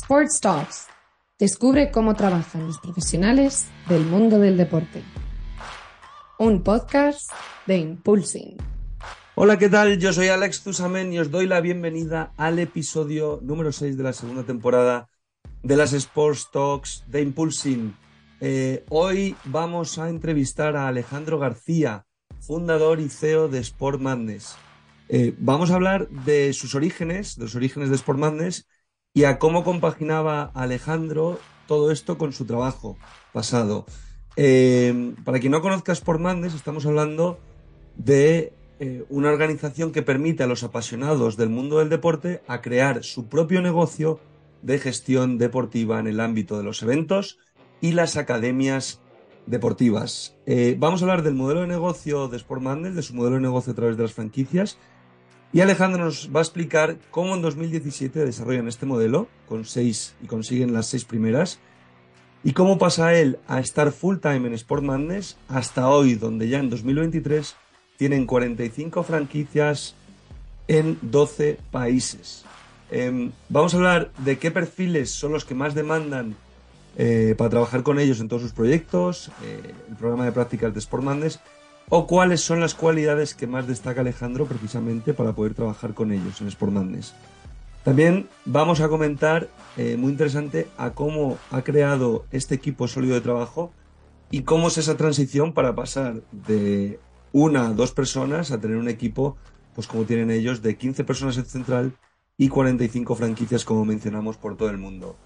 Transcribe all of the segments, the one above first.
Sports Talks. Descubre cómo trabajan los profesionales del mundo del deporte. Un podcast de Impulsing. Hola, ¿qué tal? Yo soy Alex Zusamen y os doy la bienvenida al episodio número 6 de la segunda temporada de las Sports Talks de Impulsing. Hoy vamos a entrevistar a Alejandro García, fundador y CEO de Sport Madness. Vamos a hablar de sus orígenes, de los orígenes de Sport Madness y a cómo compaginaba Alejandro todo esto con su trabajo pasado. Para quien no conozca Sport Madness, estamos hablando de una organización que permite a los apasionados del mundo del deporte a crear su propio negocio de gestión deportiva en el ámbito de los eventos y las academias deportivas. Vamos a hablar del modelo de negocio de Sport Madness, de su modelo de negocio a través de las franquicias, y Alejandro nos va a explicar cómo en 2017 desarrollan este modelo y consiguen las 6 primeras, y cómo pasa él a estar full time en Sport Madness hasta hoy, donde ya en 2023 tienen 45 franquicias en 12 países. Vamos a hablar de qué perfiles son los que más demandan para trabajar con ellos en todos sus proyectos, el programa de prácticas de Sport Madness, o cuáles son las cualidades que más destaca Alejandro precisamente para poder trabajar con ellos en Sport Madness. También vamos a comentar, muy interesante, a cómo ha creado este equipo sólido de trabajo y cómo es esa transición para pasar de 1 a 2 personas a tener un equipo, pues como tienen ellos, de 15 personas en central y 45 franquicias, como mencionamos, por todo el mundo.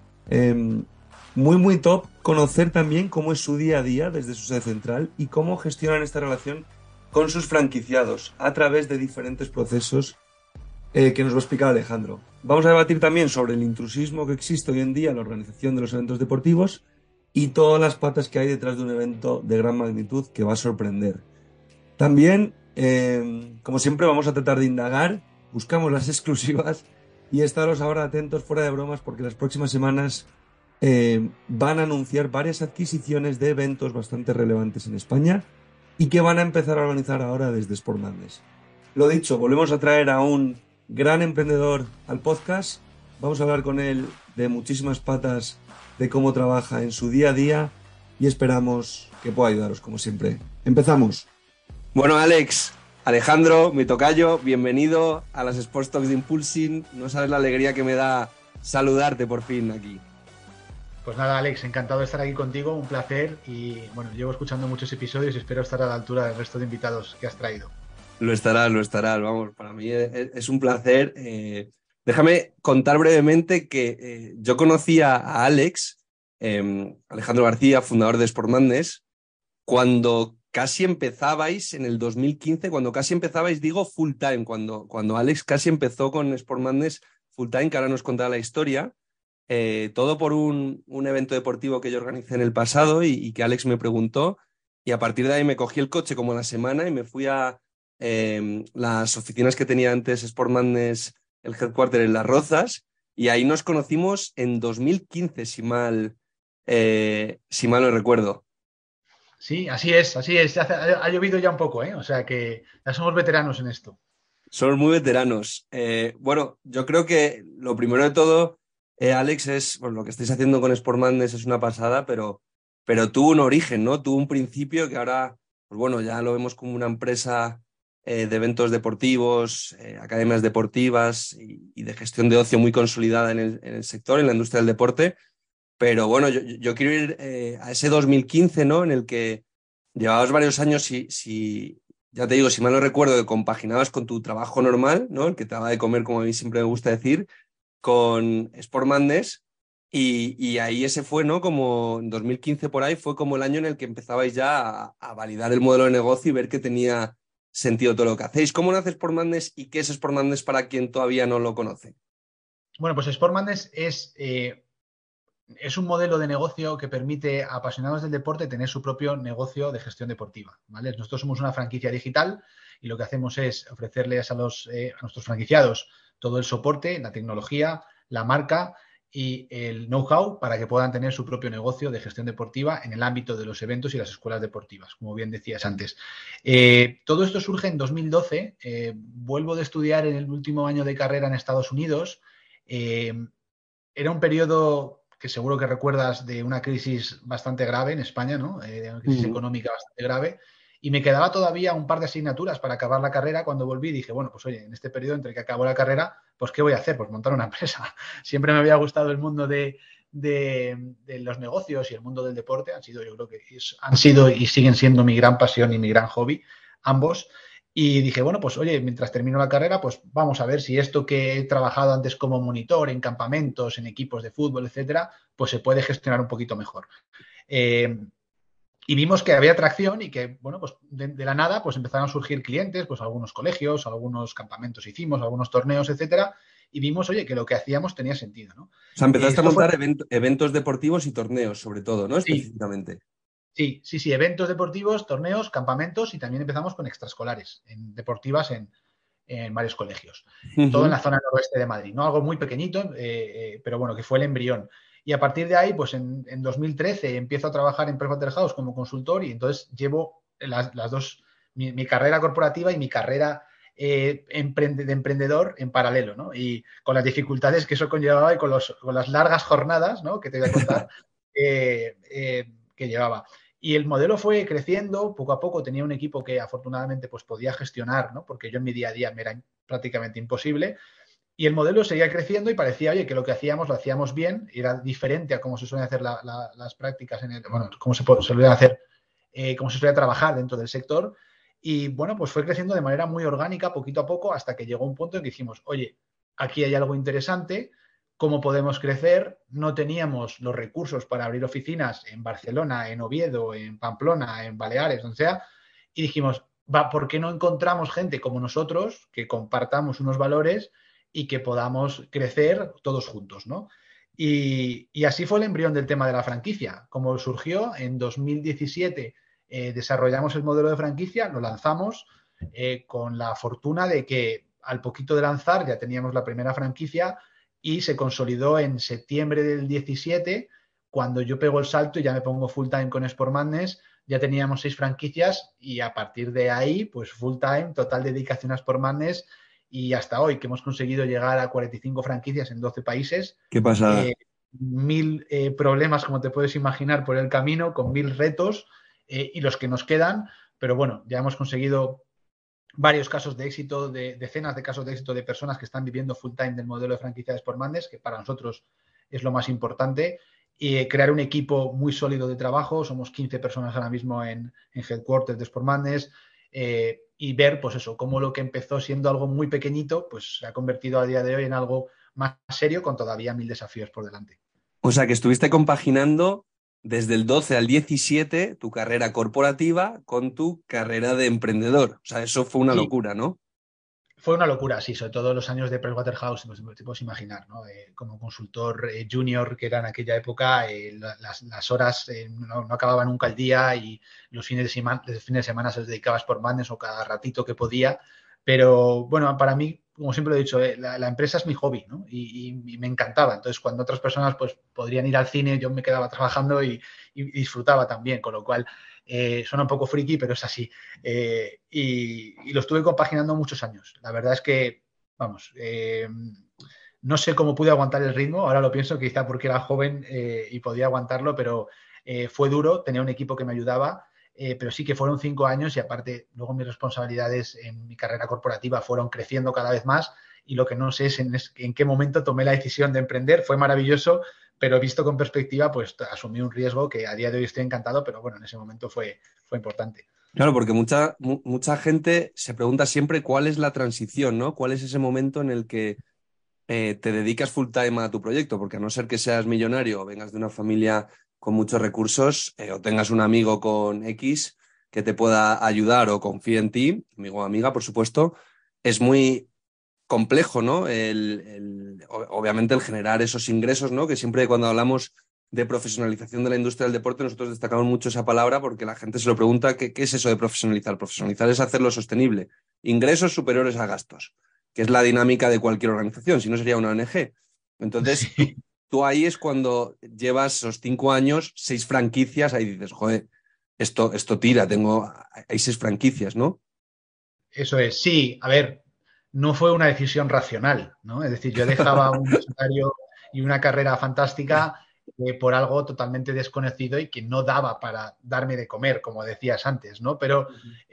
Muy top conocer también cómo es su día a día desde su sede central y cómo gestionan esta relación con sus franquiciados a través de diferentes procesos que nos va a explicar Alejandro. Vamos a debatir también sobre el intrusismo que existe hoy en día en la organización de los eventos deportivos y todas las patas que hay detrás de un evento de gran magnitud que va a sorprender. También, como siempre, vamos a tratar de indagar, buscamos las exclusivas y estaros ahora atentos, fuera de bromas, porque las próximas semanas van a anunciar varias adquisiciones de eventos bastante relevantes en España y que van a empezar a organizar ahora desde Sport Madness. Lo dicho, volvemos a traer a un gran emprendedor al podcast. Vamos a hablar con él de muchísimas patas, de cómo trabaja en su día a día y esperamos que pueda ayudaros, como siempre. ¡Empezamos! Bueno, Alejandro, mi tocayo, bienvenido a las Sports Talks de Impulsing. No sabes la alegría que me da saludarte por fin aquí. Pues nada, Alex, encantado de estar aquí contigo, un placer y bueno, llevo escuchando muchos episodios y espero estar a la altura del resto de invitados que has traído. Lo estarás, vamos, para mí es un placer. Déjame contar brevemente que yo conocí a Alex, Alejandro García, fundador de Sport Madness, cuando casi empezabais en el 2015, cuando casi empezabais, digo full time, cuando Alex casi empezó con Sport Madness full time, que ahora nos contará la historia. Todo por un evento deportivo que yo organicé en el pasado y que Alex me preguntó, y a partir de ahí me cogí el coche como la semana y me fui a las oficinas que tenía antes Sport Madness, el headquarter en Las Rozas, y ahí nos conocimos en 2015, si mal no recuerdo. Sí, así es. Ha llovido ya un poco, o sea que ya somos veteranos en esto. Somos muy veteranos. Bueno, yo creo que lo primero de todo, Alex, es pues, lo que estáis haciendo con Sport Madness es una pasada, pero tuvo un origen, ¿no? Tuvo un principio que ahora, pues bueno, ya lo vemos como una empresa de eventos deportivos, academias deportivas y de gestión de ocio muy consolidada en el sector, en la industria del deporte. Pero bueno, yo quiero ir a ese 2015, ¿no? En el que llevabas varios años, ya te digo, si mal no recuerdo, que compaginabas con tu trabajo normal, ¿no? El que te daba de comer, como a mí siempre me gusta decir, con Sport Madness. Y ahí ese fue, ¿no? Como en 2015 por ahí, fue como el año en el que empezabais ya a validar el modelo de negocio y ver que tenía sentido todo lo que hacéis. ¿Cómo nace Sport Madness y qué es Sport Madness para quien todavía no lo conoce? Bueno, pues Sport Madness es un modelo de negocio que permite a apasionados del deporte tener su propio negocio de gestión deportiva, ¿vale? Nosotros somos una franquicia digital y lo que hacemos es ofrecerles a nuestros franquiciados todo el soporte, la tecnología, la marca y el know-how para que puedan tener su propio negocio de gestión deportiva en el ámbito de los eventos y las escuelas deportivas, como bien decías antes. Todo esto surge en 2012. Vuelvo de estudiar en el último año de carrera en Estados Unidos. era un periodo que seguro que recuerdas de una crisis bastante grave en España, ¿no? De una crisis económica bastante grave. Y me quedaba todavía un par de asignaturas para acabar la carrera. Cuando volví dije, bueno, pues oye, en este periodo entre que acabo la carrera, pues ¿qué voy a hacer? Pues montar una empresa. Siempre me había gustado el mundo de los negocios y el mundo del deporte. Yo creo que han sido y siguen siendo mi gran pasión y mi gran hobby, ambos. Y dije, bueno, pues oye, mientras termino la carrera, pues vamos a ver si esto que he trabajado antes como monitor en campamentos, en equipos de fútbol, etcétera, pues se puede gestionar un poquito mejor. Y vimos que había atracción y que, bueno, pues de la nada, pues empezaron a surgir clientes, pues algunos colegios, algunos campamentos hicimos, algunos torneos, etcétera, y vimos, oye, que lo que hacíamos tenía sentido, ¿no? O sea, empezaste a montar eventos deportivos y torneos, sobre todo, ¿no? Sí, Específicamente. sí, eventos deportivos, torneos, campamentos y también empezamos con extraescolares, deportivas en varios colegios. Todo en la zona noroeste de Madrid, ¿no? Algo muy pequeñito, pero bueno, que fue el embrión. Y a partir de ahí, pues en 2013 empiezo a trabajar en Pricewaterhouse como consultor y entonces llevo las dos, mi carrera corporativa y mi carrera de emprendedor en paralelo, ¿no? Y con las dificultades que eso conllevaba y con las largas jornadas, ¿no? Que te voy a contar que llevaba. Y el modelo fue creciendo poco a poco. Tenía un equipo que afortunadamente pues, podía gestionar, ¿no? Porque yo en mi día a día me era prácticamente imposible. Y el modelo seguía creciendo y parecía, oye, que lo que hacíamos lo hacíamos bien, era diferente a cómo se suelen hacer las prácticas, cómo se suelen hacer, cómo se suele trabajar dentro del sector. Y bueno, pues fue creciendo de manera muy orgánica, poquito a poco, hasta que llegó un punto en que dijimos, oye, aquí hay algo interesante, ¿cómo podemos crecer? No teníamos los recursos para abrir oficinas en Barcelona, en Oviedo, en Pamplona, en Baleares, donde sea, y dijimos, ¿por qué no encontramos gente como nosotros que compartamos unos valores y que podamos crecer todos juntos, ¿no? Y así fue el embrión del tema de la franquicia. Como surgió en 2017, desarrollamos el modelo de franquicia, lo lanzamos con la fortuna de que al poquito de lanzar ya teníamos la primera franquicia y se consolidó en septiembre del 17, cuando yo pego el salto y ya me pongo full time con Sport Madness. Ya teníamos 6 franquicias y a partir de ahí, pues full time, total dedicación a Sport Madness. Y hasta hoy, que hemos conseguido llegar a 45 franquicias en 12 países. Qué pasada. 1000 problemas, como te puedes imaginar, por el camino, con 1000 retos y los que nos quedan. Pero bueno, ya hemos conseguido varios casos de éxito, decenas de casos de éxito de personas que están viviendo full time del modelo de franquicia de Sport Madness, que para nosotros es lo más importante. Y crear un equipo muy sólido de trabajo. Somos 15 personas ahora mismo en Headquarters de Sport Madness. Y ver, pues eso, cómo lo que empezó siendo algo muy pequeñito, pues se ha convertido a día de hoy en algo más serio con todavía 1000 desafíos por delante. O sea, que estuviste compaginando desde el 12 al 17 tu carrera corporativa con tu carrera de emprendedor. O sea, eso fue una locura, ¿no? Fue una locura, sí, sobre todo los años de Pricewaterhouse, pues te puedes imaginar, ¿no? Como consultor junior que era en aquella época, las horas no acababa nunca el día y los fines de semana se los dedicaba a Sport Madness o cada ratito que podía. Pero bueno, para mí, como siempre lo he dicho, la empresa es mi hobby, ¿no? Y me encantaba. Entonces, cuando otras personas pues podrían ir al cine, yo me quedaba trabajando y disfrutaba también, con lo cual suena un poco friki, pero es así. Y lo estuve compaginando muchos años. La verdad es que, vamos, no sé cómo pude aguantar el ritmo. Ahora lo pienso, quizá porque era joven y podía aguantarlo, pero fue duro. Tenía un equipo que me ayudaba. Pero sí que fueron 5 años y aparte luego mis responsabilidades en mi carrera corporativa fueron creciendo cada vez más y lo que no sé es en qué momento tomé la decisión de emprender. Fue maravilloso, pero visto con perspectiva, pues asumí un riesgo que a día de hoy estoy encantado, pero bueno, en ese momento fue importante. Claro, porque mucha gente se pregunta siempre cuál es la transición, ¿no? ¿Cuál es ese momento en el que te dedicas full time a tu proyecto? Porque a no ser que seas millonario o vengas de una familia con muchos recursos o tengas un amigo con X que te pueda ayudar o confíe en ti, amigo o amiga, por supuesto, es muy complejo, ¿no? Obviamente el generar esos ingresos, ¿no? Que siempre cuando hablamos de profesionalización de la industria del deporte, nosotros destacamos mucho esa palabra porque la gente se lo pregunta, ¿qué es eso de profesionalizar? Profesionalizar es hacerlo sostenible. Ingresos superiores a gastos, que es la dinámica de cualquier organización, si no sería una ONG. Entonces, Sí. tú ahí es cuando llevas esos 5 años, 6 franquicias, ahí dices, joder, esto tira, hay 6 franquicias, ¿no? Eso es, sí, a ver, no fue una decisión racional, ¿no? Es decir, yo dejaba un salario y una carrera fantástica por algo totalmente desconocido y que no daba para darme de comer, como decías antes, ¿no? Pero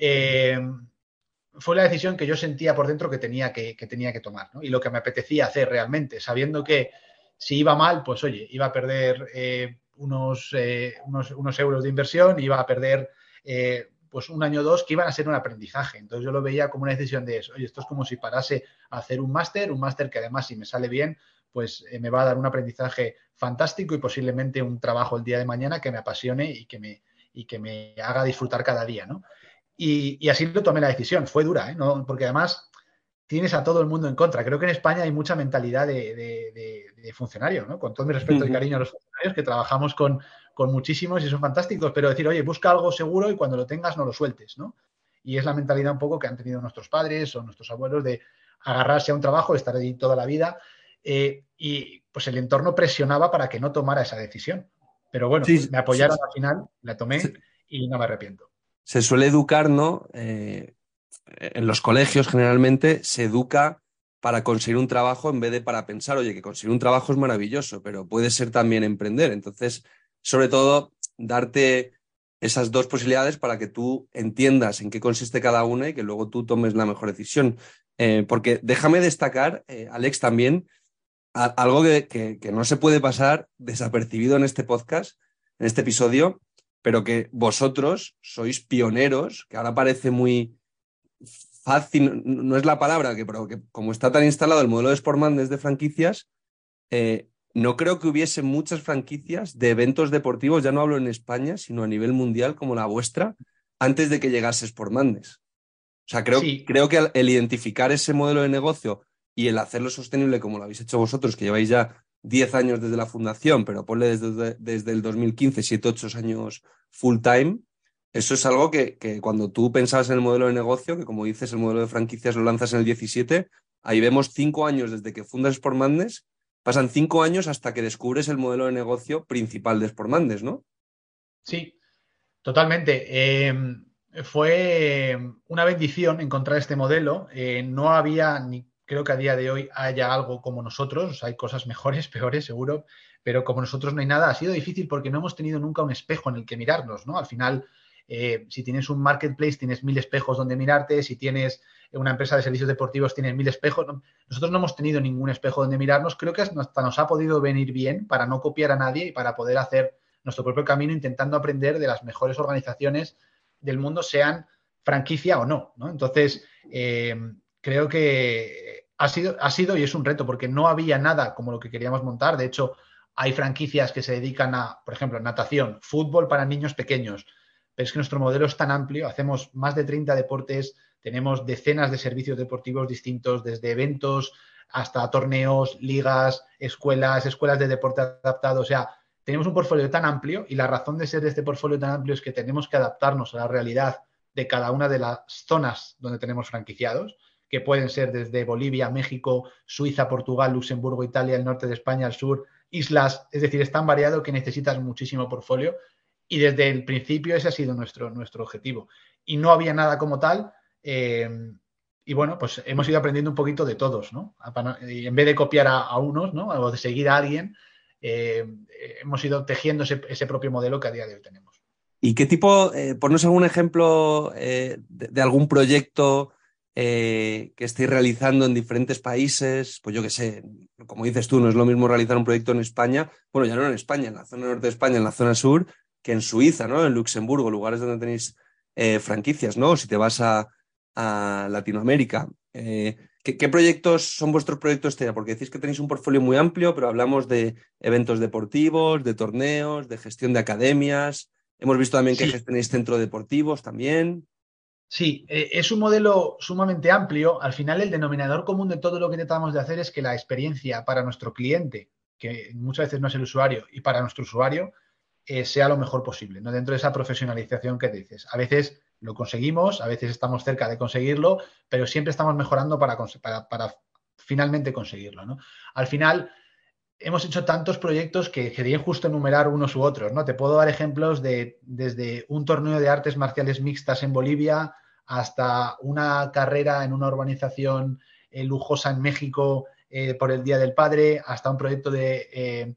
fue la decisión que yo sentía por dentro que tenía que tomar, ¿no? Y lo que me apetecía hacer realmente, sabiendo que si iba mal, pues oye, iba a perder unos euros de inversión, iba a perder pues un año o dos que iban a ser un aprendizaje. Entonces yo lo veía como una decisión de eso. Oye, esto es como si parase a hacer un máster que además si me sale bien, pues me va a dar un aprendizaje fantástico y posiblemente un trabajo el día de mañana que me apasione y que me haga disfrutar cada día, ¿no? Y así lo tomé la decisión. Fue dura, ¿eh? No, porque además tienes a todo el mundo en contra. Creo que en España hay mucha mentalidad de funcionario, ¿no? Con todo mi respeto y cariño a los funcionarios, que trabajamos con muchísimos y son fantásticos, pero decir, oye, busca algo seguro y cuando lo tengas no lo sueltes, ¿no? Y es la mentalidad un poco que han tenido nuestros padres o nuestros abuelos de agarrarse a un trabajo, estar allí toda la vida. Y pues el entorno presionaba para que no tomara esa decisión. Pero bueno, Sí, me apoyaron al final, la tomé se, y no me arrepiento. se suele educar, ¿no? En los colegios generalmente se educa para conseguir un trabajo en vez de para pensar, oye, que conseguir un trabajo es maravilloso, pero puede ser también emprender. Entonces, sobre todo, darte esas dos posibilidades para que tú entiendas en qué consiste cada una y que luego tú tomes la mejor decisión. Porque déjame destacar, Alex, también algo que no se puede pasar desapercibido en este podcast, en este episodio, pero que vosotros sois pioneros, que ahora parece muy fácil, no es la palabra, pero que como está tan instalado el modelo de Sportman desde franquicias, no creo que hubiese muchas franquicias de eventos deportivos, ya no hablo en España, sino a nivel mundial como la vuestra, antes de que llegase Sportmandes. O sea, Sí, creo que el identificar ese modelo de negocio y el hacerlo sostenible como lo habéis hecho vosotros, que lleváis ya 10 años desde la fundación, pero ponle desde el 2015, 7, 8 años full time, eso es algo que cuando tú pensabas en el modelo de negocio, que como dices, el modelo de franquicias lo lanzas en el 17, ahí vemos 5 años desde que fundas Sport Mandes, pasan 5 años hasta que descubres el modelo de negocio principal de Sport Mandes, ¿no? sí, totalmente. Fue una bendición encontrar este modelo. No había, ni creo que a día de hoy haya algo como nosotros. O sea, hay cosas mejores, peores, seguro, pero como nosotros no hay nada. Ha sido difícil porque no hemos tenido nunca un espejo en el que mirarnos, ¿no? Al final, si tienes un marketplace, tienes 1000 espejos donde mirarte. Si tienes una empresa de servicios deportivos, tienes 1000 espejos. Nosotros no hemos tenido ningún espejo donde mirarnos. Creo que hasta nos ha podido venir bien para no copiar a nadie y para poder hacer nuestro propio camino intentando aprender de las mejores organizaciones del mundo, sean franquicia o no, ¿no? Entonces, creo que ha sido y es un reto porque no había nada como lo que queríamos montar. De hecho, hay franquicias que se dedican a, por ejemplo, natación, fútbol para niños pequeños. Pero es que nuestro modelo es tan amplio, hacemos más de 30 deportes, tenemos decenas de servicios deportivos distintos, desde eventos hasta torneos, ligas, escuelas de deporte adaptado. O sea, tenemos un portfolio tan amplio y la razón de ser de este portfolio tan amplio es que tenemos que adaptarnos a la realidad de cada una de las zonas donde tenemos franquiciados, que pueden ser desde Bolivia, México, Suiza, Portugal, Luxemburgo, Italia, el norte de España, el sur, islas, es decir, es tan variado que necesitas muchísimo portfolio y desde el principio ese ha sido nuestro objetivo. Y no había nada como tal. Y bueno, pues hemos ido aprendiendo un poquito de todos, ¿no? Y en vez de copiar a unos, ¿no? O de seguir a alguien, hemos ido tejiendo ese propio modelo que a día de hoy tenemos. ¿Y qué tipo, ponnos algún ejemplo de algún proyecto que estéis realizando en diferentes países? Pues yo qué sé, como dices tú, no es lo mismo realizar un proyecto en España, bueno, ya no en España, en la zona norte de España, en la zona sur, que en Suiza, ¿no? En Luxemburgo, lugares donde tenéis franquicias, ¿no? O si te vas a Latinoamérica. ¿Qué proyectos son vuestros proyectos estrella? Porque decís que tenéis un portfolio muy amplio, pero hablamos de eventos deportivos, de torneos, de gestión de academias. Hemos visto también que Sí, gestionáis centros deportivos también. sí, es un modelo sumamente amplio. Al final, el denominador común de todo lo que tratamos de hacer es que la experiencia para nuestro cliente, que muchas veces no es el usuario, y para nuestro usuario, sea lo mejor posible, ¿no? Dentro de esa profesionalización que dices. A veces lo conseguimos, a veces estamos cerca de conseguirlo, pero siempre estamos mejorando para finalmente conseguirlo, ¿no? Al final, hemos hecho tantos proyectos que sería injusto enumerar unos u otros, ¿no? Te puedo dar ejemplos desde un torneo de artes marciales mixtas en Bolivia hasta una carrera en una urbanización lujosa en México por el Día del Padre, hasta un proyecto de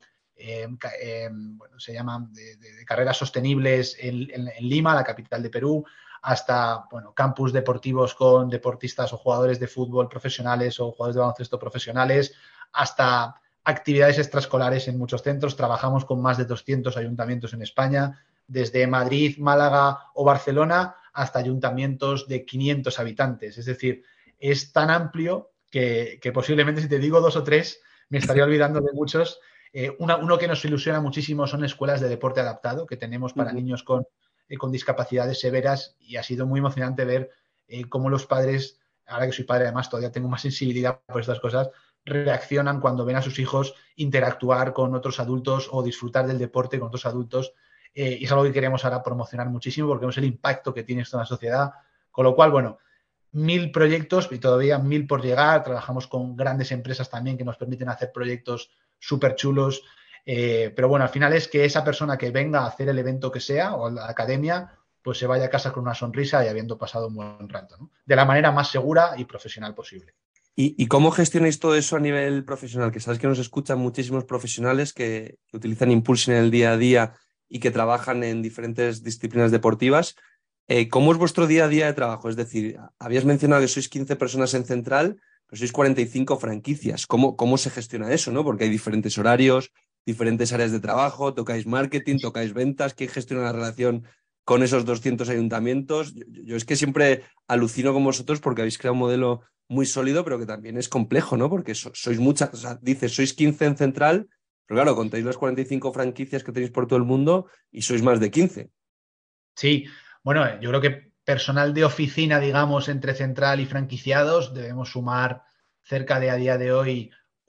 se llama de carreras sostenibles en Lima, la capital de Perú, hasta campus deportivos con deportistas o jugadores de fútbol profesionales o jugadores de baloncesto profesionales, hasta actividades extraescolares en muchos centros. Trabajamos con más de 200 ayuntamientos en España, desde Madrid, Málaga o Barcelona hasta ayuntamientos de 500 habitantes. Es decir, es tan amplio que posiblemente, si te digo 2 o 3, me estaría olvidando de muchos. Uno que nos ilusiona muchísimo son escuelas de deporte adaptado que tenemos para niños con discapacidades severas, y ha sido muy emocionante ver cómo los padres, ahora que soy padre además todavía tengo más sensibilidad por estas cosas, reaccionan cuando ven a sus hijos interactuar con otros adultos o disfrutar del deporte con otros adultos, y es algo que queremos ahora promocionar muchísimo porque vemos el impacto que tiene esto en la sociedad, con lo cual, 1000 proyectos y todavía 1000 por llegar. Trabajamos con grandes empresas también que nos permiten hacer proyectos súper chulos, pero al final es que esa persona que venga a hacer el evento que sea o la academia, pues se vaya a casa con una sonrisa y habiendo pasado un buen rato, ¿no? De la manera más segura y profesional posible. ¿Y cómo gestionáis todo eso a nivel profesional? Que sabes que nos escuchan muchísimos profesionales que utilizan Impulsion en el día a día y que trabajan en diferentes disciplinas deportivas. ¿Cómo es vuestro día a día de trabajo? Es decir, habías mencionado que sois 15 personas en Central, pero sois 45 franquicias. ¿Cómo se gestiona eso, no? Porque hay diferentes horarios, diferentes áreas de trabajo, tocáis marketing, tocáis ventas. ¿Quién gestiona la relación con esos 200 ayuntamientos? Yo es que siempre alucino con vosotros porque habéis creado un modelo muy sólido, pero que también es complejo, ¿no? Porque sois muchas, o sea, dices, sois 15 en Central, pero claro, contáis las 45 franquicias que tenéis por todo el mundo y sois más de 15. Sí, yo creo que personal de oficina, digamos, entre Central y franquiciados, debemos sumar cerca de, a día de hoy,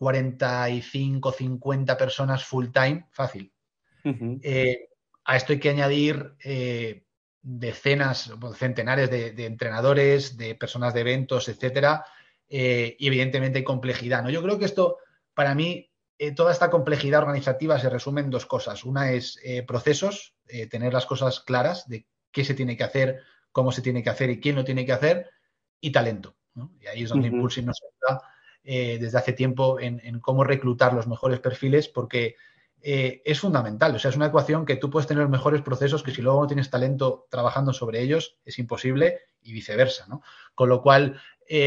45, 50 personas full time, fácil. Uh-huh. A esto hay que añadir decenas, centenares de entrenadores, de personas de eventos, etcétera, y evidentemente hay complejidad, ¿no? Yo creo que esto, para mí, toda esta complejidad organizativa se resume en 2 cosas. Una es procesos, tener las cosas claras de qué se tiene que hacer, cómo se tiene que hacer y quién lo tiene que hacer, y talento, ¿no? Y ahí es donde Uh-huh. Impulsion nos ayuda desde hace tiempo en cómo reclutar los mejores perfiles, porque es fundamental. O sea, es una ecuación que tú puedes tener los mejores procesos, que si luego no tienes talento trabajando sobre ellos, es imposible, y viceversa, ¿no? Con lo cual,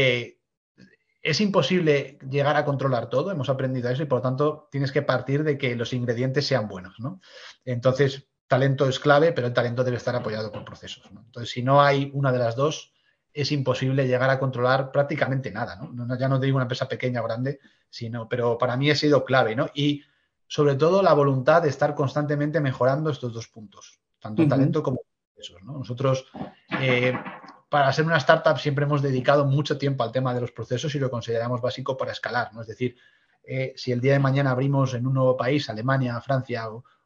es imposible llegar a controlar todo, hemos aprendido eso, y por lo tanto tienes que partir de que los ingredientes sean buenos, ¿no? Entonces, talento es clave, pero el talento debe estar apoyado por procesos, ¿no? Entonces, si no hay una de las dos, es imposible llegar a controlar prácticamente nada, ¿no? Ya no digo una empresa pequeña o grande, pero para mí ha sido clave, ¿no? Y sobre todo la voluntad de estar constantemente mejorando estos 2 puntos, tanto Uh-huh. talento como procesos, ¿no? Nosotros, para ser una startup, siempre hemos dedicado mucho tiempo al tema de los procesos y lo consideramos básico para escalar, ¿no? Es decir, si el día de mañana abrimos en un nuevo país, Alemania, Francia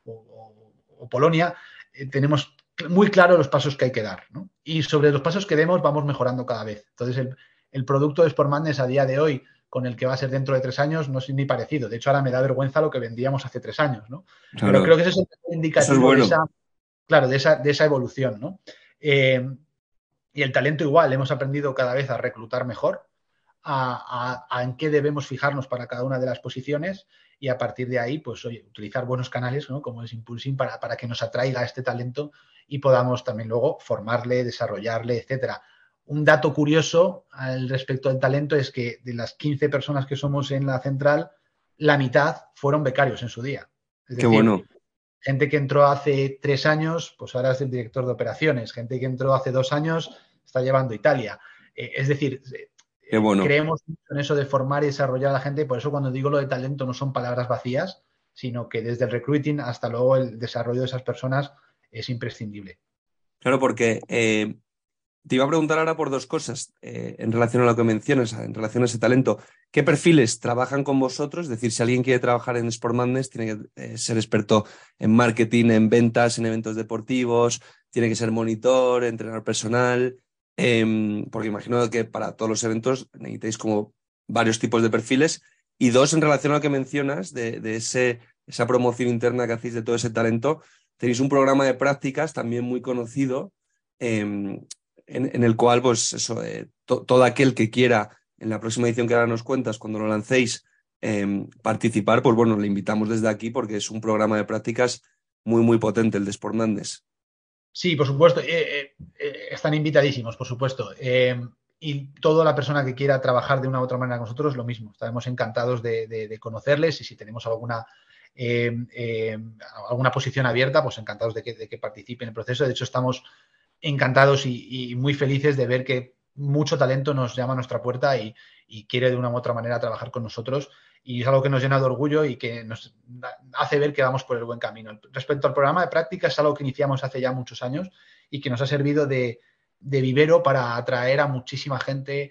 o Polonia, tenemos muy claro los pasos que hay que dar, ¿no? Y sobre los pasos que demos vamos mejorando cada vez. Entonces, el producto de Sport Madness a día de hoy, con el que va a ser dentro de 3 años, no es ni parecido. De hecho, ahora me da vergüenza lo que vendíamos hace 3 años, ¿no? Claro, Pero creo que ese es el eso es indicativo bueno. de esa evolución, ¿no? Y el talento igual, hemos aprendido cada vez a reclutar mejor, a en qué debemos fijarnos para cada una de las posiciones, y a partir de ahí, pues oye, utilizar buenos canales, ¿no? Como es Impulsing, para que nos atraiga este talento y podamos también luego formarle, desarrollarle, etcétera. Un dato curioso al respecto del talento es que de las 15 personas que somos en la central, la mitad fueron becarios en su día. Es Qué decir, bueno. gente que entró hace 3 años, pues ahora es el director de operaciones. Gente que entró hace 2 años está llevando Italia. Es decir, Qué bueno. creemos en eso de formar y desarrollar a la gente. Por eso cuando digo lo de talento no son palabras vacías, sino que desde el recruiting hasta luego el desarrollo de esas personas es imprescindible. Claro, porque te iba a preguntar ahora por 2 cosas en relación a lo que mencionas, en relación a ese talento. ¿Qué perfiles trabajan con vosotros? Es decir, si alguien quiere trabajar en Sport Madness, tiene que ser experto en marketing, en ventas, en eventos deportivos, tiene que ser monitor, entrenador personal, porque imagino que para todos los eventos necesitáis como varios tipos de perfiles. Y 2, en relación a lo que mencionas de esa promoción interna que hacéis de todo ese talento, tenéis un programa de prácticas también muy conocido, en el cual, pues eso, todo aquel que quiera en la próxima edición que ahora nos cuentas, cuando lo lancéis, participar, pues bueno, le invitamos desde aquí porque es un programa de prácticas muy, muy potente el de Sport Madness. Sí, por supuesto. Están invitadísimos, por supuesto. Y toda la persona que quiera trabajar de una u otra manera con nosotros, lo mismo. Estaremos encantados de conocerles y si tenemos alguna posición abierta, pues encantados de que participen en el proceso. De hecho, estamos encantados y muy felices de ver que mucho talento nos llama a nuestra puerta y quiere de una u otra manera trabajar con nosotros. Y es algo que nos llena de orgullo y que nos hace ver que vamos por el buen camino. Respecto al programa de prácticas, es algo que iniciamos hace ya muchos años y que nos ha servido de vivero para atraer a muchísima gente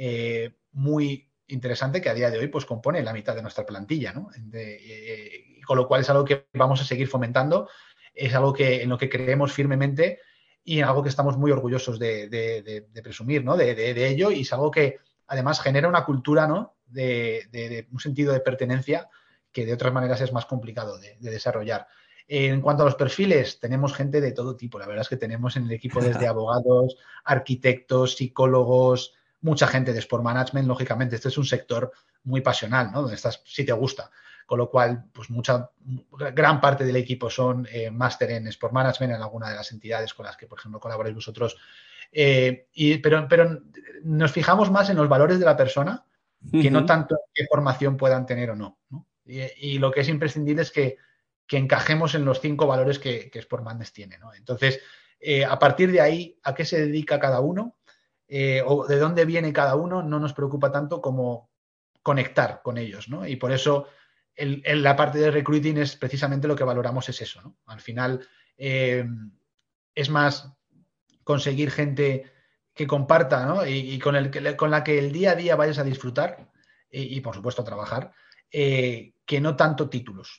muy interesante que a día de hoy pues compone la mitad de nuestra plantilla, ¿no? Con lo cual es algo que vamos a seguir fomentando, es algo en lo que creemos firmemente y algo que estamos muy orgullosos de presumir, ¿no? De ello, y es algo que además genera una cultura, ¿no? De un sentido de pertenencia que de otras maneras es más complicado de desarrollar. En cuanto a los perfiles, tenemos gente de todo tipo. La verdad es que tenemos en el equipo desde abogados, arquitectos, psicólogos, mucha gente de Sport Management. Lógicamente, este es un sector muy pasional, ¿no? Donde estás, si te gusta. Con lo cual, pues gran parte del equipo son máster en Sport Management en alguna de las entidades con las que, por ejemplo, colaboráis vosotros. Pero nos fijamos más en los valores de la persona que no tanto en qué formación puedan tener o no, ¿no? Y lo que es imprescindible es que encajemos en los 5 valores que Sport Madness tiene, ¿no? Entonces, a partir de ahí, ¿a qué se dedica cada uno? O de dónde viene cada uno, no nos preocupa tanto como conectar con ellos, ¿no? Y por eso la parte de recruiting es precisamente lo que valoramos, es eso, ¿no? Al final es más conseguir gente que comparta, ¿no? Y con la que el día a día vayas a disfrutar y por supuesto a trabajar, que no tanto títulos.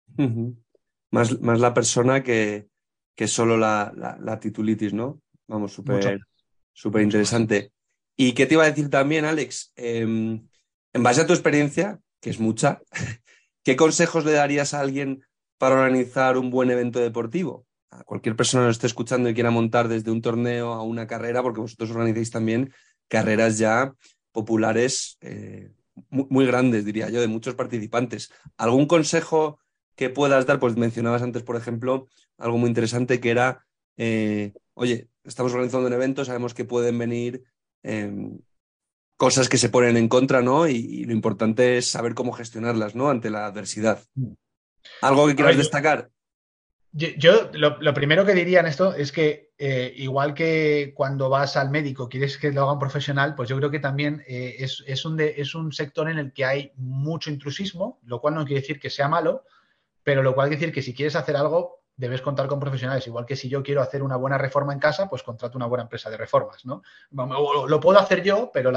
Más la persona que solo la titulitis, ¿no? Vamos, súper interesante. ¿Y qué te iba a decir también, Alex? En base a tu experiencia, que es mucha, ¿qué consejos le darías a alguien para organizar un buen evento deportivo? A cualquier persona que nos esté escuchando y quiera montar desde un torneo a una carrera, porque vosotros organizáis también carreras ya populares muy grandes, diría yo, de muchos participantes. ¿Algún consejo que puedas dar? Pues mencionabas antes, por ejemplo, algo muy interesante que era, oye, estamos organizando un evento, sabemos que pueden venir cosas que se ponen en contra, ¿no? Y lo importante es saber cómo gestionarlas, ¿no? Ante la adversidad. ¿Algo que quieras destacar? Yo lo primero que diría en esto es que igual que cuando vas al médico quieres que lo haga un profesional, pues yo creo que también es un sector en el que hay mucho intrusismo, lo cual no quiere decir que sea malo, pero lo cual quiere decir que si quieres hacer algo debes contar con profesionales. Igual que si yo quiero hacer una buena reforma en casa, pues contrato una buena empresa de reformas, ¿no? Lo puedo hacer yo, pero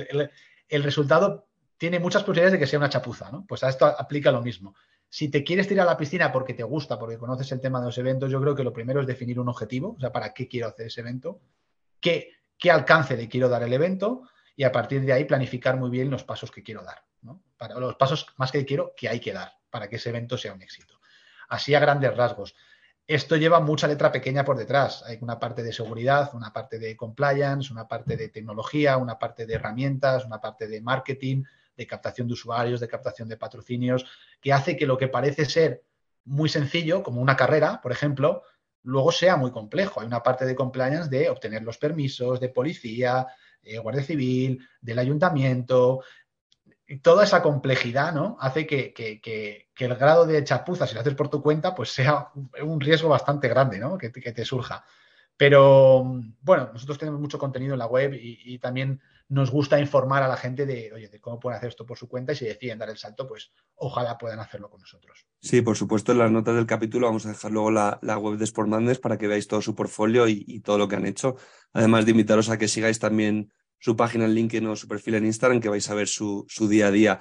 el resultado tiene muchas posibilidades de que sea una chapuza, ¿no? Pues a esto aplica lo mismo. Si te quieres tirar a la piscina porque te gusta, porque conoces el tema de los eventos, yo creo que lo primero es definir un objetivo, o sea, ¿para qué quiero hacer ese evento? ¿Qué alcance le quiero dar el evento? Y a partir de ahí planificar muy bien los pasos que quiero dar, ¿no? Para los pasos más que quiero, que hay que dar para que ese evento sea un éxito. Así a grandes rasgos. Esto lleva mucha letra pequeña por detrás. Hay una parte de seguridad, una parte de compliance, una parte de tecnología, una parte de herramientas, una parte de marketing, de captación de usuarios, de captación de patrocinios, que hace que lo que parece ser muy sencillo, como una carrera, por ejemplo, luego sea muy complejo. Hay una parte de compliance de obtener los permisos de policía, Guardia Civil, del ayuntamiento. Y toda esa complejidad, ¿no? Hace que el grado de chapuza, si lo haces por tu cuenta, pues sea un riesgo bastante grande, ¿no? Que te surja. Pero, bueno, nosotros tenemos mucho contenido en la web y también nos gusta informar a la gente de cómo pueden hacer esto por su cuenta, y si deciden dar el salto, pues ojalá puedan hacerlo con nosotros. Sí, por supuesto, en las notas del capítulo vamos a dejar luego la web de Sport Madness para que veáis todo su portfolio y todo lo que han hecho. Además de invitaros a que sigáis también su página en LinkedIn o su perfil en Instagram, que vais a ver su día a día.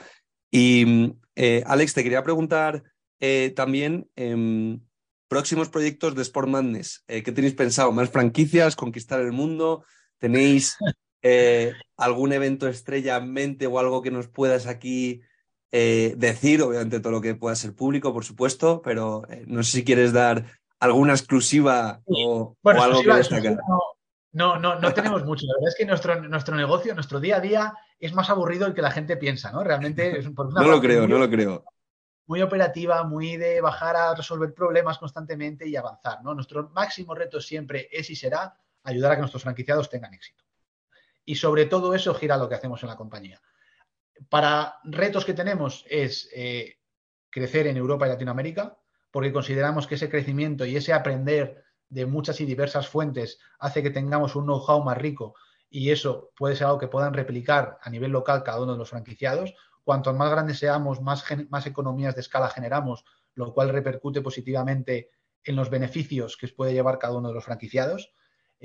Y Alex, te quería preguntar también próximos proyectos de Sport Madness. ¿Qué tenéis pensado? ¿Más franquicias? ¿Conquistar el mundo? ¿Tenéis algún evento estrella en mente o algo que nos puedas aquí decir? Obviamente todo lo que pueda ser público, por supuesto, pero no sé si quieres dar alguna exclusiva o algo que destacar. No tenemos mucho. La verdad es que nuestro negocio, nuestro día a día es más aburrido el que la gente piensa, ¿no? Realmente es por una No lo parte creo, no lo creo. muy operativa, muy de bajar a resolver problemas constantemente y avanzar, ¿no? Nuestro máximo reto siempre es y será ayudar a que nuestros franquiciados tengan éxito. Y sobre todo eso gira lo que hacemos en la compañía. Para retos que tenemos es crecer en Europa y Latinoamérica, porque consideramos que ese crecimiento y ese aprender de muchas y diversas fuentes hace que tengamos un know-how más rico y eso puede ser algo que puedan replicar a nivel local cada uno de los franquiciados. Cuanto más grandes seamos, más economías de escala generamos, lo cual repercute positivamente en los beneficios que puede llevar cada uno de los franquiciados.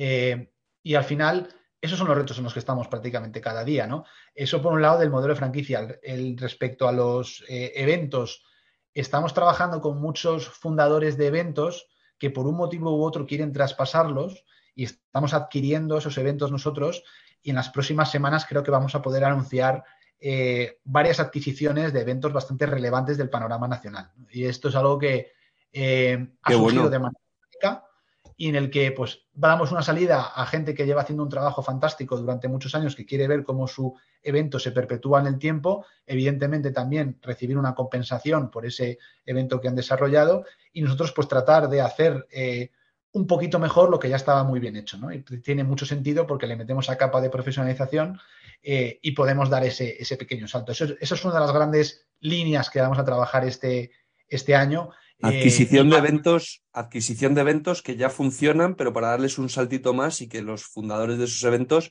Y al final, esos son los retos en los que estamos prácticamente cada día, ¿no? Eso por un lado del modelo de franquicia. Respecto a los eventos, estamos trabajando con muchos fundadores de eventos que por un motivo u otro quieren traspasarlos y estamos adquiriendo esos eventos nosotros y en las próximas semanas creo que vamos a poder anunciar varias adquisiciones de eventos bastante relevantes del panorama nacional. Y esto es algo que ha surgido de manera práctica y en el que pues damos una salida a gente que lleva haciendo un trabajo fantástico durante muchos años, que quiere ver cómo su evento se perpetúa en el tiempo, evidentemente también recibir una compensación por ese evento que han desarrollado y nosotros pues tratar de hacer un poquito mejor lo que ya estaba muy bien hecho, ¿no? Y tiene mucho sentido porque le metemos a capa de profesionalización y podemos dar ese pequeño salto. Eso es una de las grandes líneas que vamos a trabajar este año. Adquisición de eventos que ya funcionan, pero para darles un saltito más y que los fundadores de esos eventos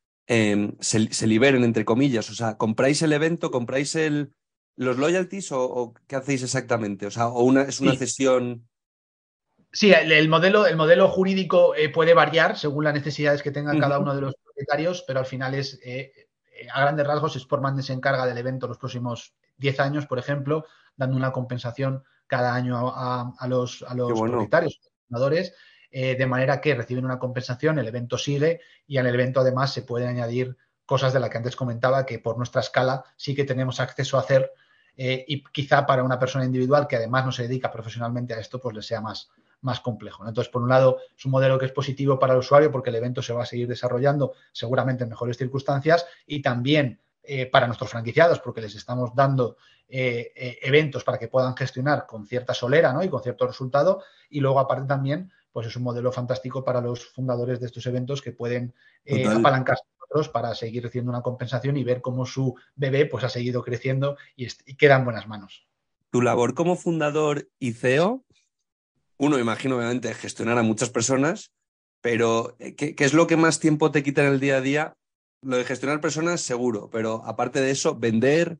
se liberen, entre comillas. O sea, ¿compráis el evento, compráis los loyalties o qué hacéis exactamente? O sea, es una cesión. Sí, el modelo jurídico puede variar según las necesidades que tengan cada uno de los propietarios, pero al final es, a grandes rasgos, Sportman se encarga del evento los próximos 10 años, por ejemplo, dando una compensación cada año a los propietarios, a los fundadores, de manera que reciben una compensación, el evento sigue y al evento además se pueden añadir cosas de las que antes comentaba que por nuestra escala sí que tenemos acceso a hacer y quizá para una persona individual que además no se dedica profesionalmente a esto, pues le sea más complejo, ¿no? Entonces, por un lado, es un modelo que es positivo para el usuario porque el evento se va a seguir desarrollando seguramente en mejores circunstancias y también para nuestros franquiciados porque les estamos dando eventos para que puedan gestionar con cierta solera, ¿no? Y con cierto resultado y luego aparte también pues es un modelo fantástico para los fundadores de estos eventos que pueden apalancarse para seguir recibiendo una compensación y ver cómo su bebé pues ha seguido creciendo y queda en buenas manos. Tu labor como fundador y CEO, uno, imagino, obviamente, gestionar a muchas personas, pero ¿qué es lo que más tiempo te quita en el día a día? Lo de gestionar personas, seguro, pero aparte de eso, vender,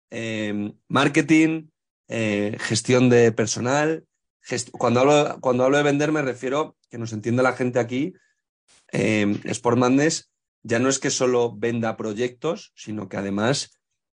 marketing, gestión de personal. Cuando hablo de vender me refiero, que nos entienda la gente aquí, Sport Madness ya no es que solo venda proyectos, sino que además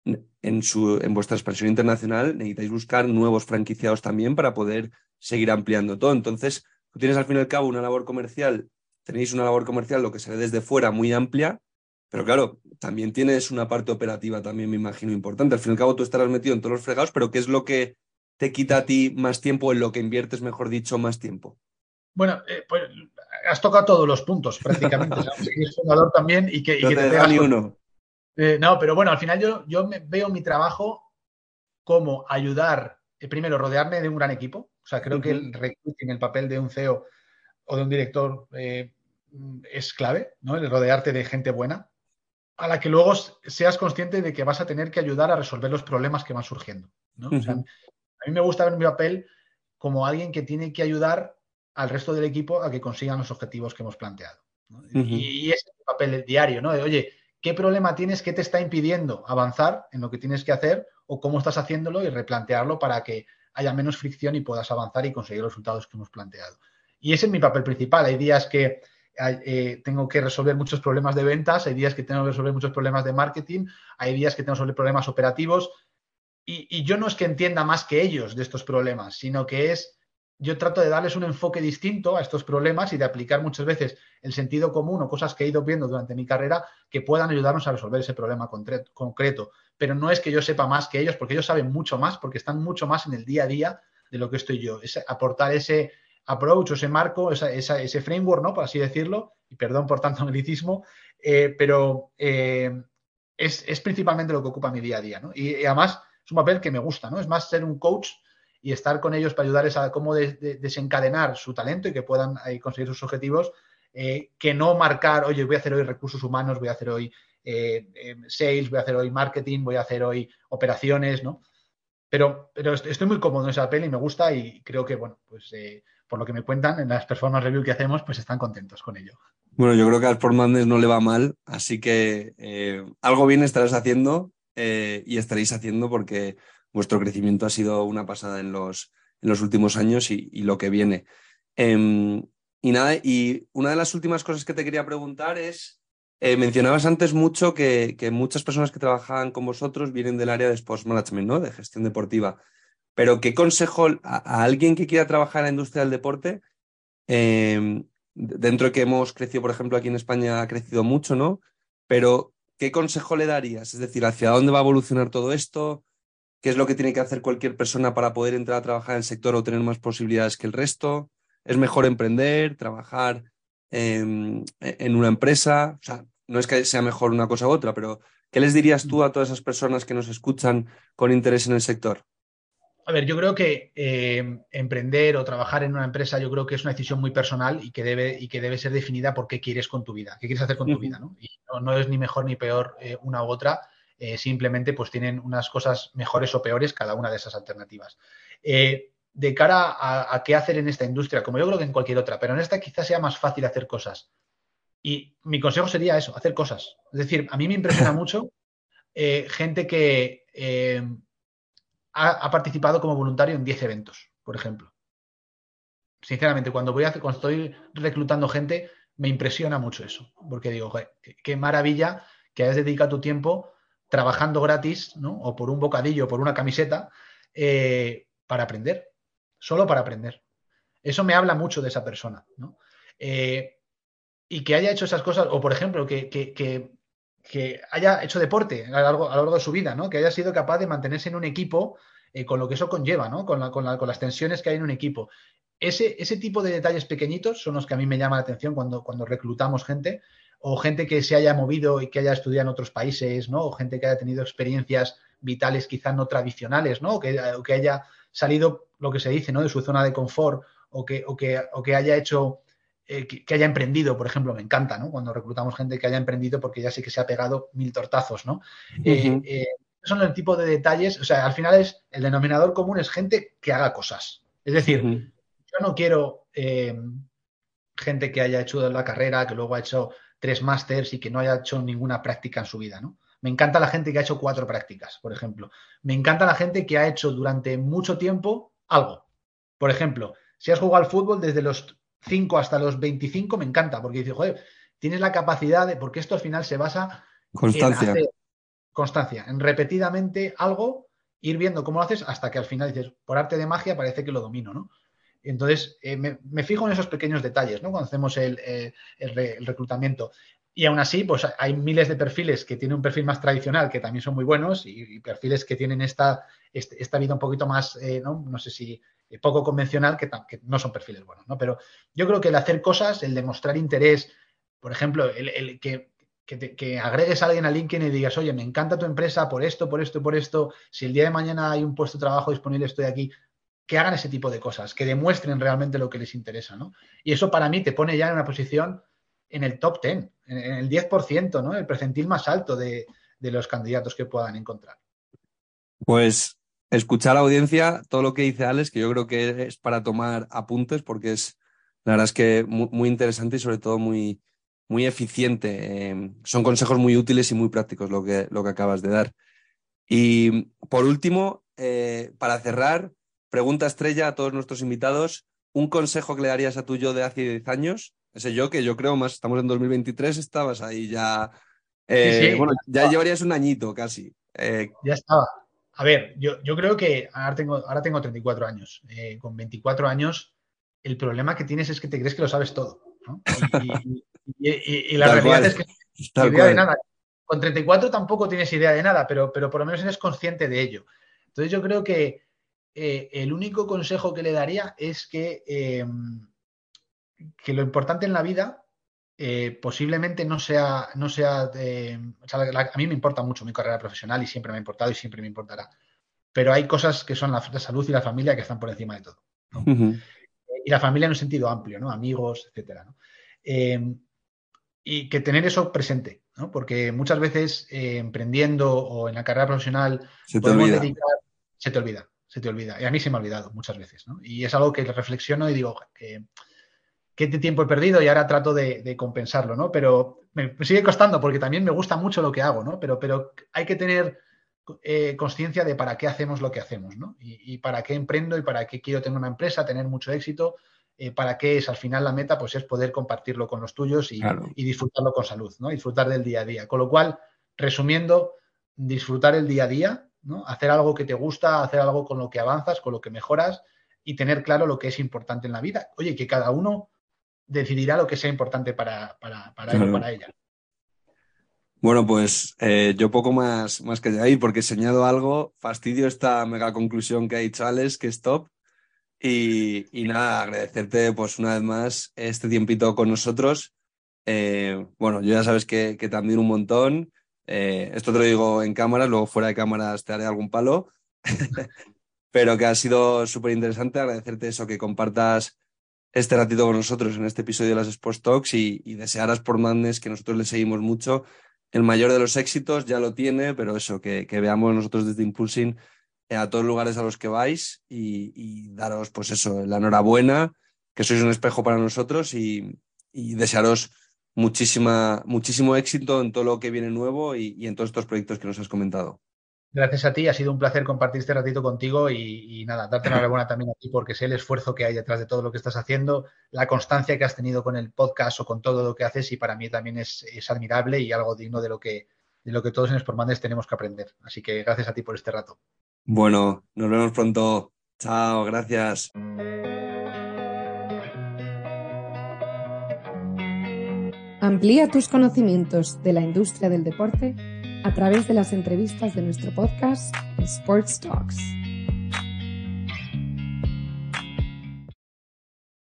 en vuestra expansión internacional necesitáis buscar nuevos franquiciados también para poder seguir ampliando todo. Entonces, tú tienes al fin y al cabo una labor comercial, tenéis una labor comercial, lo que se ve desde fuera, muy amplia, pero claro, también tienes una parte operativa también, me imagino, importante. Al fin y al cabo tú estarás metido en todos los fregados, pero ¿qué es lo que te quita a ti más tiempo, en lo que inviertes, mejor dicho, más tiempo? Bueno, pues has tocado todos los puntos prácticamente. ¿Sabes? Que eres fundador también y que No te te deja pegas ni uno. no, pero bueno, al final yo veo mi trabajo como ayudar, primero, rodearme de un gran equipo. O sea, creo que el recruiting, el papel de un CEO o de un director es clave, ¿no? El rodearte de gente buena, a la que luego seas consciente de que vas a tener que ayudar a resolver los problemas que van surgiendo, ¿no? O sea, a mí me gusta ver mi papel como alguien que tiene que ayudar al resto del equipo a que consigan los objetivos que hemos planteado, ¿no? Y ese es el papel diario, ¿no? De, oye, ¿qué problema tienes? ¿Qué te está impidiendo avanzar en lo que tienes que hacer? ¿O cómo estás haciéndolo? Y replantearlo para que haya menos fricción y puedas avanzar y conseguir los resultados que hemos planteado. Y ese es mi papel principal. Hay días que tengo que resolver muchos problemas de ventas, hay días que tengo que resolver muchos problemas de marketing, hay días que tengo que resolver problemas operativos y yo no es que entienda más que ellos de estos problemas, sino que yo trato de darles un enfoque distinto a estos problemas y de aplicar muchas veces el sentido común o cosas que he ido viendo durante mi carrera que puedan ayudarnos a resolver ese problema concreto. Pero no es que yo sepa más que ellos, porque ellos saben mucho más, porque están mucho más en el día a día de lo que estoy yo. Es aportar ese approach o ese marco, ese framework, ¿no? Por así decirlo, y perdón por tanto anglicismo, pero es principalmente lo que ocupa mi día a día, ¿no? Y además es un papel que me gusta, ¿no? Es más ser un coach y estar con ellos para ayudarles a cómo desencadenar su talento y que puedan conseguir sus objetivos, que no marcar, oye, voy a hacer hoy recursos humanos, voy a hacer hoy sales, voy a hacer hoy marketing, voy a hacer hoy operaciones, ¿no? Pero estoy muy cómodo en esa peli y me gusta y creo que, bueno, pues por lo que me cuentan en las performance review que hacemos, pues están contentos con ello. Bueno, yo creo que a Sport Madness no le va mal, así que algo bien estarás haciendo y estaréis haciendo porque vuestro crecimiento ha sido una pasada en los últimos años y lo que viene. Em, y nada, y una de las últimas cosas que te quería preguntar es, mencionabas antes mucho que muchas personas que trabajan con vosotros vienen del área de Sports Management, ¿no? De gestión deportiva. Pero ¿qué consejo a alguien que quiera trabajar en la industria del deporte? Dentro de que hemos crecido, por ejemplo, aquí en España ha crecido mucho, ¿no? Pero, ¿qué consejo le darías? Es decir, ¿hacia dónde va a evolucionar todo esto? ¿Qué es lo que tiene que hacer cualquier persona para poder entrar a trabajar en el sector o tener más posibilidades que el resto? ¿Es mejor emprender, trabajar en una empresa? O sea, no es que sea mejor una cosa u otra, pero ¿qué les dirías tú a todas esas personas que nos escuchan con interés en el sector? A ver, yo creo que emprender o trabajar en una empresa, yo creo que es una decisión muy personal y que debe ser definida por qué quieres con tu vida, qué quieres hacer con tu vida, Ujú. ¿no? Y no es ni mejor ni peor una u otra, simplemente pues tienen unas cosas mejores o peores cada una de esas alternativas. De cara a qué hacer en esta industria, como yo creo que en cualquier otra, pero en esta quizás sea más fácil hacer cosas. Y mi consejo sería eso, hacer cosas. Es decir, a mí me impresiona mucho gente que ha participado como voluntario en 10 eventos, por ejemplo. Sinceramente, cuando estoy reclutando gente, me impresiona mucho eso, porque digo, joder, qué maravilla que hayas dedicado tu tiempo trabajando gratis, ¿no? O por un bocadillo, o por una camiseta, para aprender, solo para aprender. Eso me habla mucho de esa persona, ¿no? Y que haya hecho esas cosas, o por ejemplo, que haya hecho deporte a lo largo de su vida, ¿no? Que haya sido capaz de mantenerse en un equipo con lo que eso conlleva, ¿no? Con las tensiones que hay en un equipo. Ese tipo de detalles pequeñitos son los que a mí me llaman la atención cuando reclutamos gente, o gente que se haya movido y que haya estudiado en otros países, ¿no? O gente que haya tenido experiencias vitales quizás no tradicionales, ¿no? O que haya salido, lo que se dice, ¿no? De su zona de confort, o que haya hecho que haya emprendido, por ejemplo, me encanta, ¿no? Cuando reclutamos gente que haya emprendido porque ya sé que se ha pegado 1000 tortazos, ¿no? Ujú. Son el tipo de detalles, o sea, al final el denominador común es gente que haga cosas. Es decir, Ujú. yo no quiero gente que haya hecho la carrera, que luego ha hecho 3 másters y que no haya hecho ninguna práctica en su vida, ¿no? Me encanta la gente que ha hecho 4 prácticas, por ejemplo. Me encanta la gente que ha hecho durante mucho tiempo algo. Por ejemplo, si has jugado al fútbol desde los 5 hasta los 25, me encanta, porque dices, joder, tienes la capacidad de, porque esto al final se basa en Constancia. hacer constancia, en repetidamente algo, ir viendo cómo lo haces hasta que al final dices, por arte de magia parece que lo domino, ¿no? Entonces, me fijo en esos pequeños detalles, ¿no? Cuando hacemos el reclutamiento. Y aún así, pues hay miles de perfiles que tienen un perfil más tradicional, que también son muy buenos, y perfiles que tienen esta vida un poquito más, no sé si poco convencional, que no son perfiles buenos, ¿no? Pero yo creo que el hacer cosas, el demostrar interés, por ejemplo, que agregues a alguien a LinkedIn y digas, oye, me encanta tu empresa por esto, por esto y por esto, si el día de mañana hay un puesto de trabajo disponible, estoy aquí, que hagan ese tipo de cosas, que demuestren realmente lo que les interesa, ¿no? Y eso para mí te pone ya en una posición en el top 10, en el 10%, ¿no? El percentil más alto de los candidatos que puedan encontrar. Pues escuchar a la audiencia todo lo que dice Alex, que yo creo que es para tomar apuntes, porque es, la verdad es que muy interesante y sobre todo muy eficiente. Son consejos muy útiles y muy prácticos lo que acabas de dar. Y por último, para cerrar, pregunta estrella a todos nuestros invitados, un consejo que le darías a tu yo de hace 10 años, ese yo que yo creo más, estamos en 2023, estabas ahí ya, Sí, sí, bueno, ya llevarías un añito casi. ya estaba. A ver, yo creo que ahora tengo 34 años. Con 24 años, el problema que tienes es que te crees que lo sabes todo, ¿no? Y la Tal realidad cual, es que no tienes tal idea de cual. nada. Con 34 tampoco tienes idea de nada, pero por lo menos eres consciente de ello. Entonces yo creo que el único consejo que le daría es que lo importante en la vida posiblemente no sea o sea, a mí me importa mucho mi carrera profesional y siempre me ha importado y siempre me importará. Pero hay cosas que son la salud y la familia que están por encima de todo, ¿no? Y la familia en un sentido amplio, ¿no? Amigos, etcétera, ¿no? Y que tener eso presente, ¿no? Porque muchas veces emprendiendo o en la carrera profesional podemos dedicar, se te olvida. Y a mí se me ha olvidado muchas veces, ¿no? Y es algo que reflexiono y digo, ¿qué tiempo he perdido? Y ahora trato de compensarlo, ¿no? Pero me sigue costando porque también me gusta mucho lo que hago, ¿no? Pero hay que tener conciencia de para qué hacemos lo que hacemos, ¿no? Y para qué emprendo y para qué quiero tener una empresa, tener mucho éxito, para qué es al final la meta, pues es poder compartirlo con los tuyos y disfrutarlo con salud, ¿no? Disfrutar del día a día. Con lo cual, resumiendo, disfrutar el día a día, ¿no? Hacer algo que te gusta, hacer algo con lo que avanzas, con lo que mejoras y tener claro lo que es importante en la vida. Oye, que cada uno decidirá lo que sea importante para él o para ella. Bueno, pues yo poco más que de ahí, porque he enseñado algo, fastidio esta mega conclusión que ha dicho Alex, que es top. Y nada, agradecerte pues una vez más este tiempito con nosotros. Bueno, yo ya sabes que te admiro un montón. Esto te lo digo en cámaras, luego fuera de cámaras te haré algún palo. Pero que ha sido súper interesante, agradecerte eso, que compartas este ratito con nosotros en este episodio de las Sports Talks y desear a Sport Madness, que nosotros le seguimos mucho, el mayor de los éxitos, ya lo tiene, pero eso, que veamos nosotros desde Impulsing a todos los lugares a los que vais y daros, pues eso, la enhorabuena, que sois un espejo para nosotros y desearos muchísimo éxito en todo lo que viene nuevo y en todos estos proyectos que nos has comentado. Gracias a ti, ha sido un placer compartir este ratito contigo y nada, darte enhorabuena también a ti porque sé el esfuerzo que hay detrás de todo lo que estás haciendo, la constancia que has tenido con el podcast o con todo lo que haces y para mí también es admirable y algo digno de lo que todos en Sport Madness tenemos que aprender. Así que gracias a ti por este rato. Bueno, nos vemos pronto. Chao, gracias. Amplía tus conocimientos de la industria del deporte a través de las entrevistas de nuestro podcast Sports Talks.